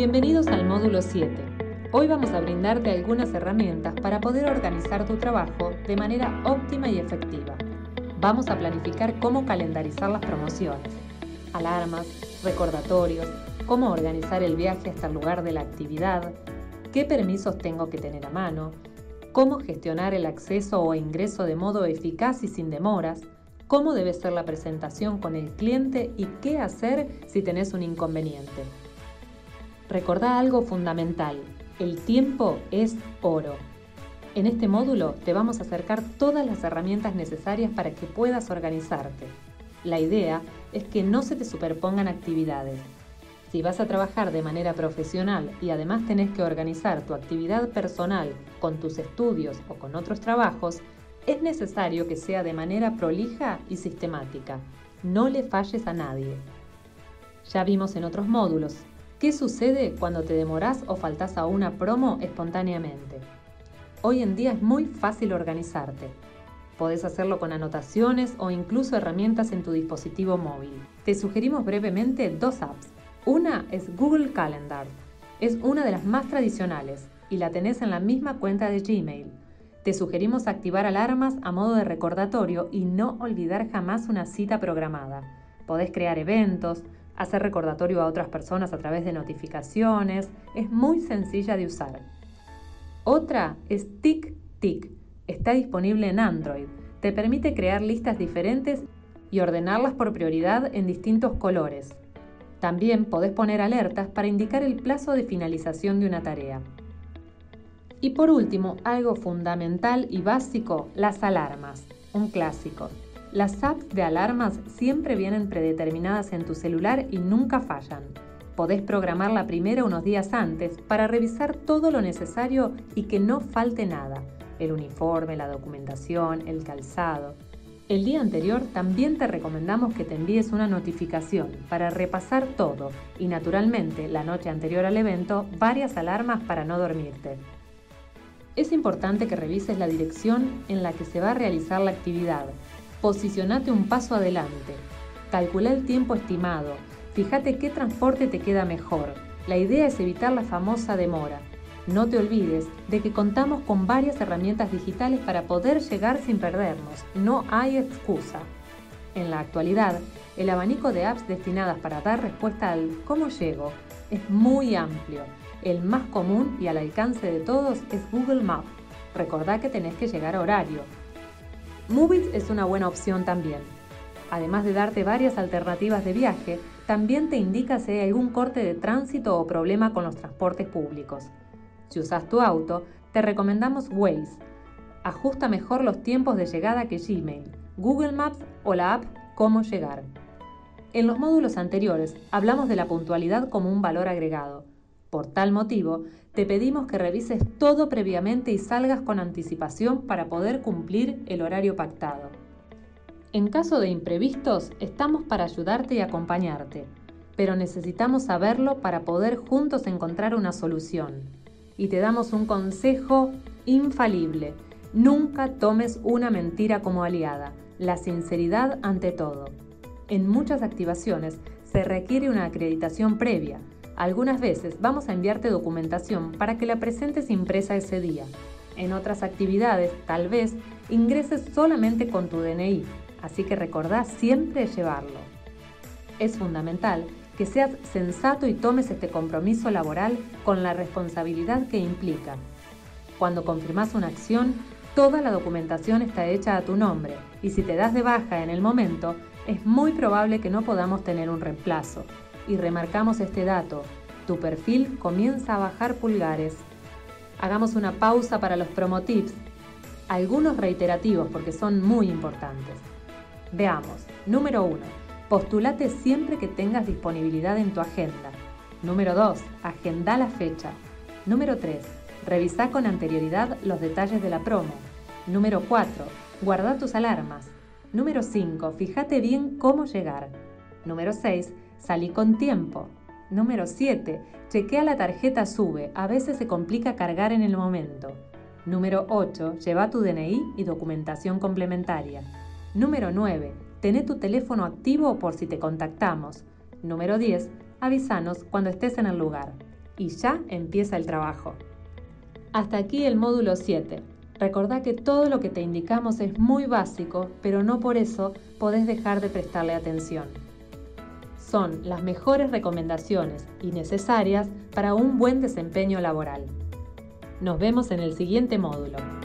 Bienvenidos al módulo 7. Hoy vamos a brindarte algunas herramientas para poder organizar tu trabajo de manera óptima y efectiva. Vamos a planificar cómo calendarizar las promociones, alarmas, recordatorios, cómo organizar el viaje hasta el lugar de la actividad, qué permisos tengo que tener a mano, cómo gestionar el acceso o ingreso de modo eficaz y sin demoras, cómo debe ser la presentación con el cliente y qué hacer si tenés un inconveniente. Recordá algo fundamental: el tiempo es oro. En este módulo te vamos a acercar todas las herramientas necesarias para que puedas organizarte. La idea es que no se te superpongan actividades. Si vas a trabajar de manera profesional y además tenés que organizar tu actividad personal con tus estudios o con otros trabajos, es necesario que sea de manera prolija y sistemática. No le falles a nadie. Ya vimos en otros módulos qué sucede cuando te demorás o faltás a una promo espontáneamente. Hoy en día es muy fácil organizarte. Podés hacerlo con anotaciones o incluso herramientas en tu dispositivo móvil. Te sugerimos brevemente dos apps. Una es Google Calendar. Es una de las más tradicionales y la tenés en la misma cuenta de Gmail. Te sugerimos activar alarmas a modo de recordatorio y no olvidar jamás una cita programada. Podés crear eventos, hacer recordatorio a otras personas a través de notificaciones. Es muy sencilla de usar. Otra es TickTick. Está disponible en Android. Te permite crear listas diferentes y ordenarlas por prioridad en distintos colores. También podés poner alertas para indicar el plazo de finalización de una tarea. Y por último, algo fundamental y básico: las alarmas. Un clásico. Las apps de alarmas siempre vienen predeterminadas en tu celular y nunca fallan. Podés programar la primera unos días antes para revisar todo lo necesario y que no falte nada: el uniforme, la documentación, el calzado. El día anterior también te recomendamos que te envíes una notificación para repasar todo y, naturalmente, la noche anterior al evento, varias alarmas para no dormirte. Es importante que revises la dirección en la que se va a realizar la actividad. Posicionate un paso adelante. Calcula el tiempo estimado. Fíjate qué transporte te queda mejor. La idea es evitar la famosa demora. No te olvides de que contamos con varias herramientas digitales para poder llegar sin perdernos. No hay excusa. En la actualidad, el abanico de apps destinadas para dar respuesta al ¿cómo llego? Es muy amplio. El más común y al alcance de todos es Google Maps. Recordá que tenés que llegar a horario. Movies es una buena opción también. Además de darte varias alternativas de viaje, también te indica si hay algún corte de tránsito o problema con los transportes públicos. Si usas tu auto, te recomendamos Waze. Ajusta mejor los tiempos de llegada que Gmail, Google Maps o la app Cómo Llegar. En los módulos anteriores hablamos de la puntualidad como un valor agregado. Por tal motivo, te pedimos que revises todo previamente y salgas con anticipación para poder cumplir el horario pactado. En caso de imprevistos, estamos para ayudarte y acompañarte, pero necesitamos saberlo para poder juntos encontrar una solución. Y te damos un consejo infalible: nunca tomes una mentira como aliada. La sinceridad ante todo. En muchas activaciones se requiere una acreditación previa. Algunas veces vamos a enviarte documentación para que la presentes impresa ese día. En otras actividades, tal vez, ingreses solamente con tu DNI, así que recordá siempre llevarlo. Es fundamental que seas sensato y tomes este compromiso laboral con la responsabilidad que implica. Cuando confirmás una acción, toda la documentación está hecha a tu nombre, y si te das de baja en el momento, es muy probable que no podamos tener un reemplazo. Y remarcamos este dato: tu perfil comienza a bajar pulgares. Hagamos una pausa para los promo tips, algunos reiterativos porque son muy importantes. Veamos. Número 1. Postulate siempre que tengas disponibilidad en tu agenda. Número 2. Agenda la fecha. Número 3. Revisá con anterioridad los detalles de la promo. Número 4. Guarda tus alarmas. Número 5. Fíjate bien cómo llegar. Número 6. Salí con tiempo. Número 7. Chequea la tarjeta SUBE. A veces se complica cargar en el momento. Número 8. Lleva tu DNI y documentación complementaria. Número 9. Tené tu teléfono activo por si te contactamos. Número 10. Avísanos cuando estés en el lugar. y ya empieza el trabajo. Hasta aquí el módulo 7. Recordá que todo lo que te indicamos es muy básico, pero no por eso podés dejar de prestarle atención. Son las mejores recomendaciones y necesarias para un buen desempeño laboral. Nos vemos en el siguiente módulo.